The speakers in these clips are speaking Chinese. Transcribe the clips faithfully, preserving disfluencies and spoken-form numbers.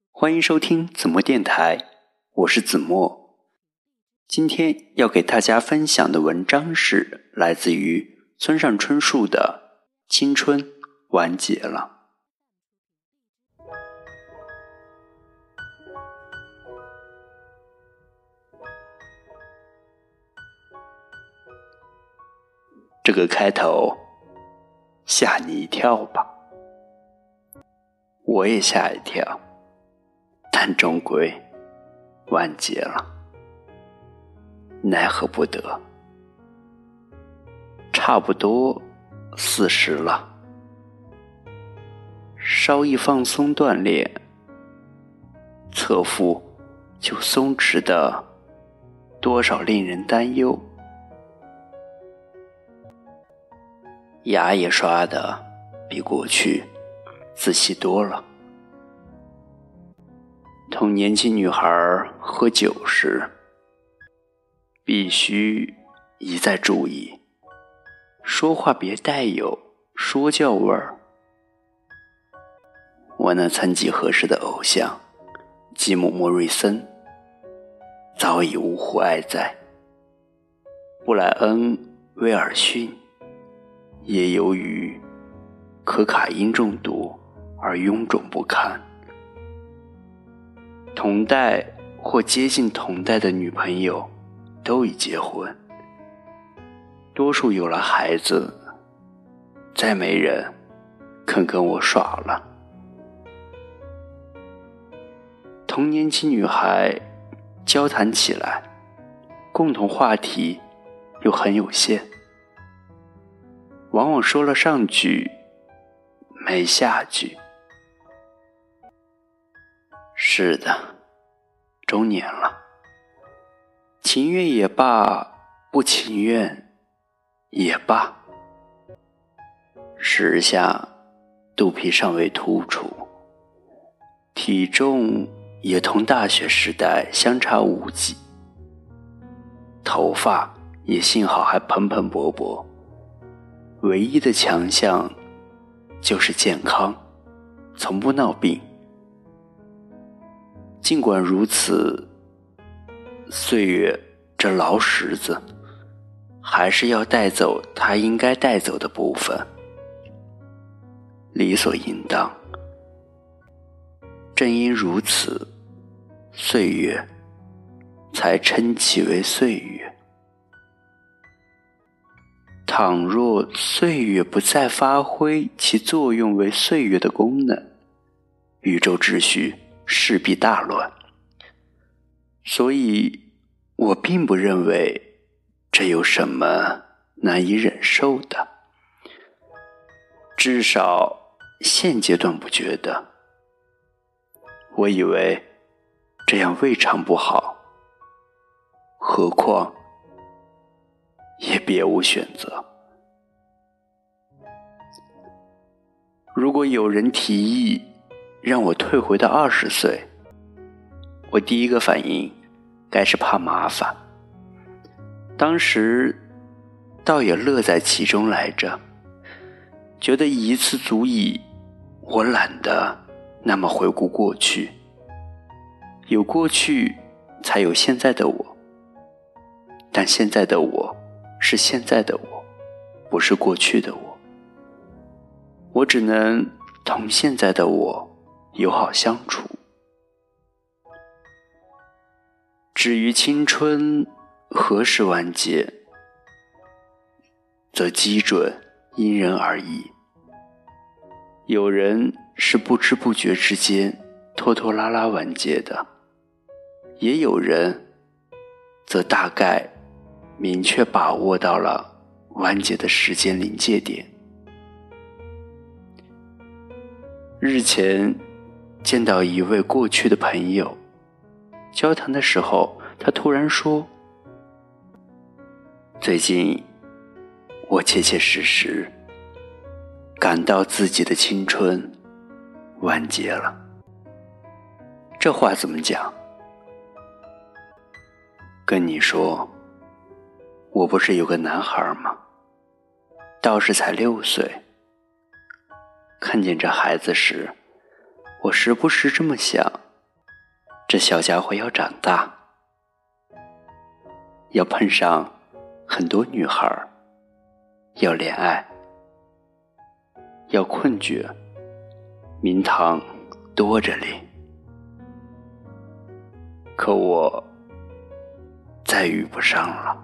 欢迎收听子墨电台，我是子墨。今天要给大家分享的文章是来自于村上春树的《青春完结了》。这个开头吓你一跳吧，我也吓一跳，但终归完结了，奈何不得。差不多四十了，稍一放松锻炼，侧腹就松弛的多少令人担忧。牙也刷的比过去仔细多了。同年轻女孩喝酒时，必须一再注意，说话别带有说教味儿。我那曾几何时的偶像吉姆·莫瑞森早已呜呼哀哉，布莱恩·威尔逊也由于可卡因中毒而臃肿不堪。同代或接近同代的女朋友都已结婚，多数有了孩子，再没人肯跟我耍了。同年轻女孩交谈起来，共同话题又很有限，往往说了上句没下句。是的，中年了，情愿也罢，不情愿也罢。时下肚皮尚未突出，体重也同大学时代相差无几，头发也幸好还蓬蓬勃勃，唯一的强项就是健康，从不闹病。尽管如此，岁月这老石子还是要带走它应该带走的部分，理所应当。正因如此，岁月才称其为岁月。倘若岁月不再发挥其作用为岁月的功能，宇宙秩序势必大乱。所以我并不认为这有什么难以忍受的，至少现阶段不觉得。我以为这样未尝不好，何况也别无选择。如果有人提议让我退回到二十岁，我第一个反应该是怕麻烦。当时倒也乐在其中来着，觉得一次足矣，我懒得那么回顾过去。有过去才有现在的我，但现在的我是现在的我，不是过去的我。我只能同现在的我友好相处。至于青春何时完结，则基准因人而异。有人是不知不觉之间拖拖拉拉完结的，也有人则大概明确把握到了完结的时间临界点。日前见到一位过去的朋友，交谈的时候他突然说，最近我切切实实感到自己的青春完结了。这话怎么讲？跟你说，我不是有个男孩吗？倒是才六岁。看见这孩子时，我时不时这么想， 这小家伙要长大，要碰上很多女孩，要恋爱，要困倦，名堂多着哩。可我再遇不上了。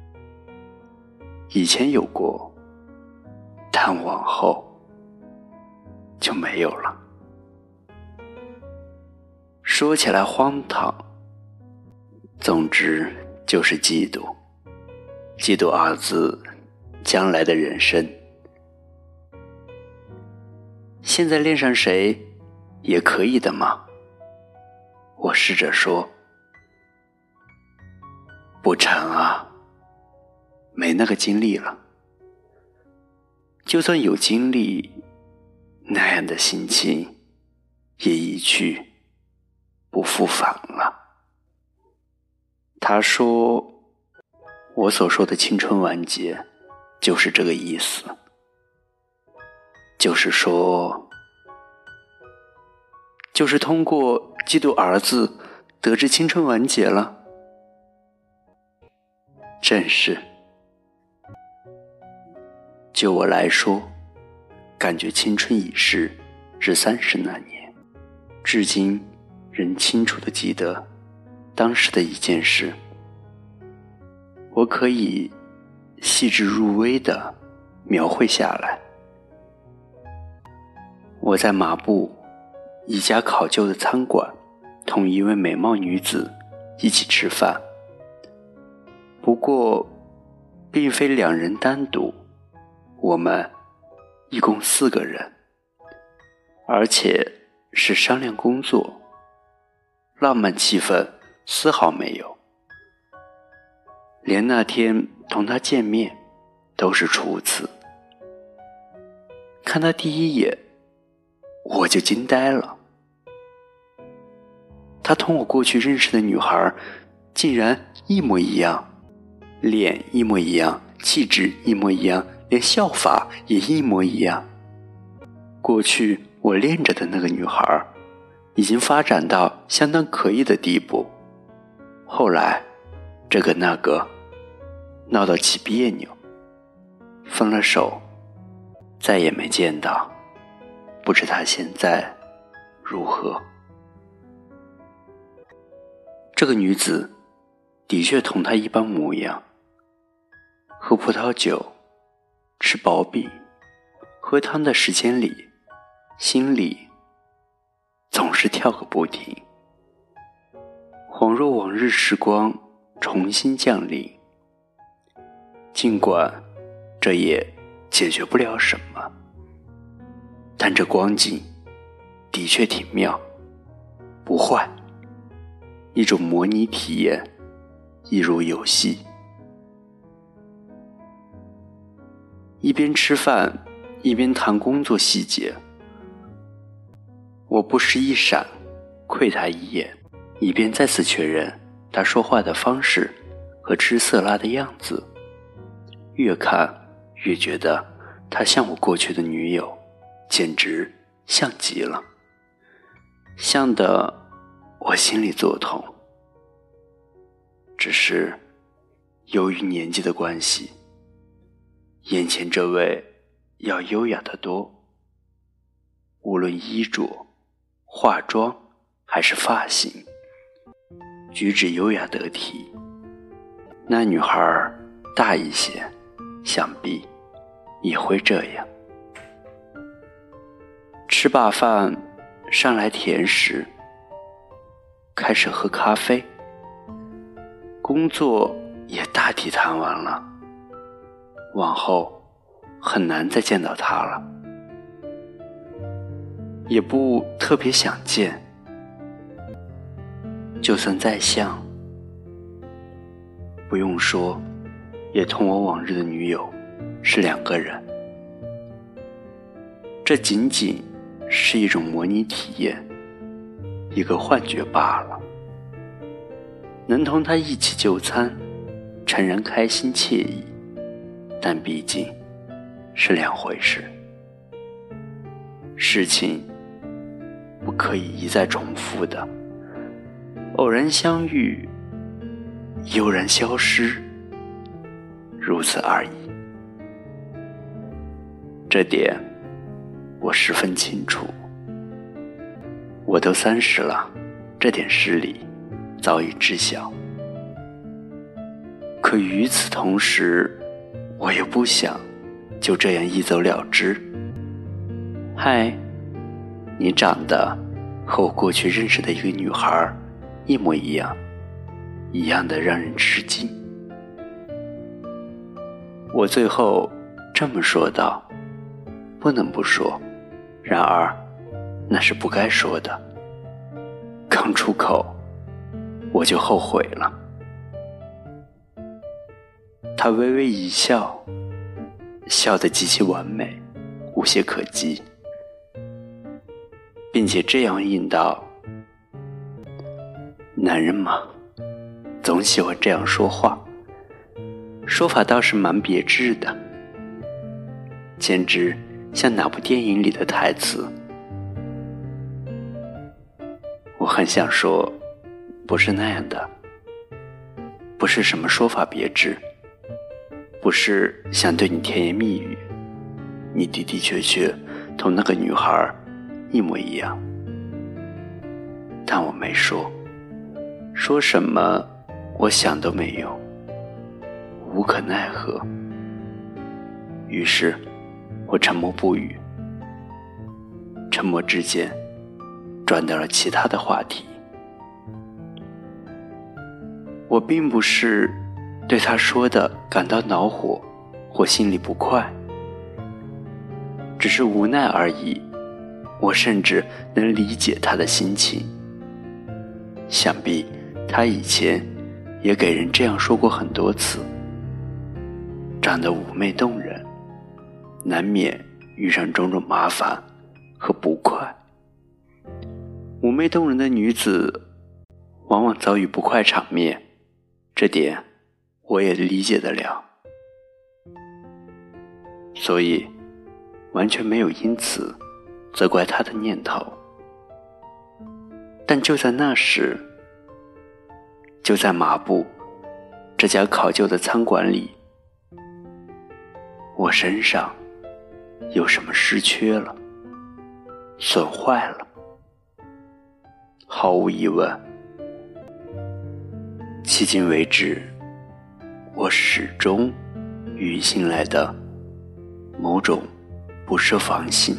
以前有过，但往后就没有了。说起来荒唐，总之就是嫉妒，嫉妒二字将来的人生。现在恋上谁也可以的嘛，我试着说。不成啊，没那个精力了。就算有精力，那样的心情也一去不复返了。他说，我所说的青春完结就是这个意思，就是说，就是通过嫉妒儿子得知青春完结了。正是。就我来说，感觉青春已逝是三十那年，至今仍清楚地记得当时的一件事。我可以细致入微地描绘下来。我在马步一家考究的餐馆，同一位美貌女子一起吃饭。不过并非两人单独，我们一共四个人，而且是商量工作，浪漫气氛丝毫没有。连那天同他见面都是初次。看他第一眼，我就惊呆了。他同我过去认识的女孩竟然一模一样，脸一模一样，气质一模一样，连笑法也一模一样。过去我恋着的那个女孩已经发展到相当可以的地步，后来这个那个闹到起别扭，分了手，再也没见到，不知她现在如何。这个女子的确同她一般模样，喝葡萄酒，吃薄饼，喝汤的时间里，心里总是跳个不停，恍若往日时光重新降临。尽管这也解决不了什么，但这光景的确挺妙，不坏，一种模拟体验，一如游戏。一边吃饭一边谈工作细节，我不时一闪窥他一眼，以便再次确认他说话的方式和吃色拉的样子。越看越觉得他像我过去的女友，简直像极了，像的我心里作痛。只是由于年纪的关系，眼前这位要优雅得多，无论衣着、化妆还是发型，举止优雅得体。那女孩大一些，想必也会这样。吃罢饭，上来甜食，开始喝咖啡，工作也大体谈完了，往后很难再见到他了，也不特别想见。就算再像，不用说，也同我往日的女友是两个人。这仅仅是一种模拟体验，一个幻觉罢了。能同他一起就餐，诚然开心惬意，但毕竟是两回事。事情不可以一再重复的， 偶然相遇，悠然消失，如此而已。这点我十分清楚。我都三十了，这点事理早已知晓。可与此同时，我又不想就这样一走了之。嗨，你长得和我过去认识的一个女孩一模一样，一样的让人吃惊。我最后这么说道，不能不说，然而那是不该说的。刚出口我就后悔了。他微微一笑，笑得极其完美，无懈可击，并且这样应道：男人嘛，总喜欢这样说话，说法倒是蛮别致的，简直像哪部电影里的台词。我很想说，不是那样的，不是什么说法别致，不是想对你甜言蜜语，你的的确确同那个女孩一模一样。但我没说，说什么我想都没有，无可奈何。于是我沉默不语，沉默之间转到了其他的话题。我并不是对他说的感到恼火或心里不快，只是无奈而已。我甚至能理解他的心情，想必他以前也给人这样说过很多次。长得妩媚动人，难免遇上种种麻烦和不快。妩媚动人的女子往往遭遇不快场面，这点我也理解得了，所以完全没有因此责怪他的念头。但就在那时，就在马步这家考究的餐馆里，我身上有什么失缺了，损坏了。毫无疑问，迄今为止，我始终与新来的某种不设防性，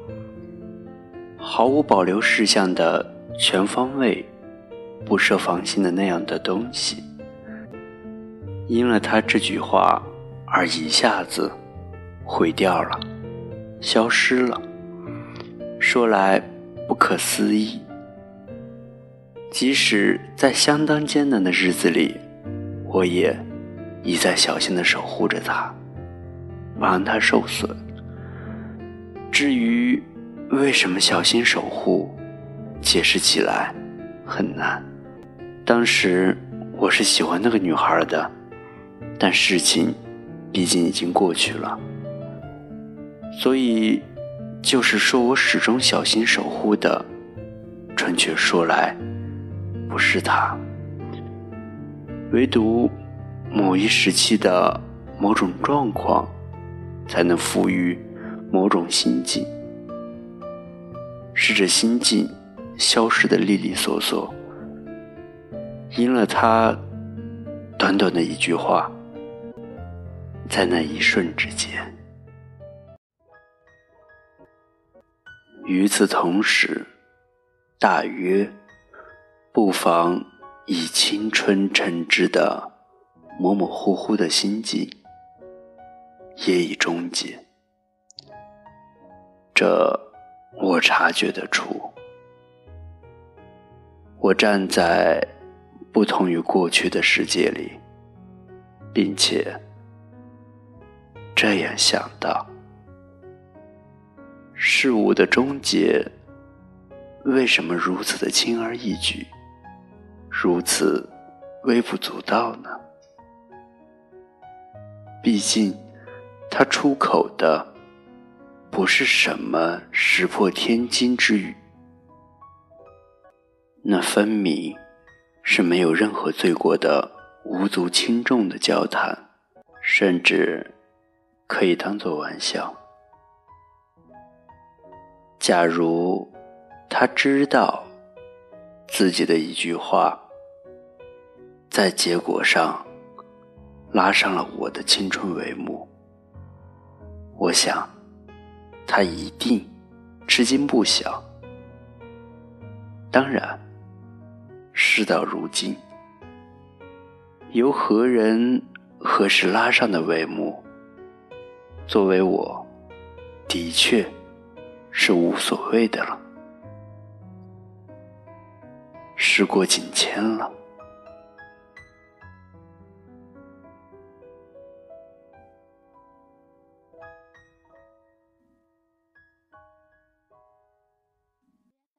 毫无保留事项的全方位不设防性的那样的东西，因了他这句话而一下子毁掉了，消失了。说来不可思议，即使在相当艰难的日子里，我也一再小心地守护着它，不让它受损。至于为什么小心守护，解释起来很难。当时我是喜欢那个女孩的，但事情毕竟已经过去了，所以就是说我始终小心守护的，准确说来不是她，唯独某一时期的某种状况才能赋予某种心境，是这心境消失的利利索索，因了他短短的一句话，在那一瞬之间。与此同时，大约不妨以青春陈之的模模糊糊的心境也已终结，这我察觉得出。我站在不同于过去的世界里，并且这样想到，事物的终结为什么如此的轻而易举，如此微不足道呢？毕竟他出口的不是什么石破天惊之语，那分明是没有任何罪过的无足轻重的交谈，甚至可以当作玩笑。假如他知道自己的一句话在结果上拉上了我的青春帷幕，我想他一定吃惊不小。当然，事到如今，由何人何时拉上的帷幕，作为我，的确是无所谓的了。时过境迁了。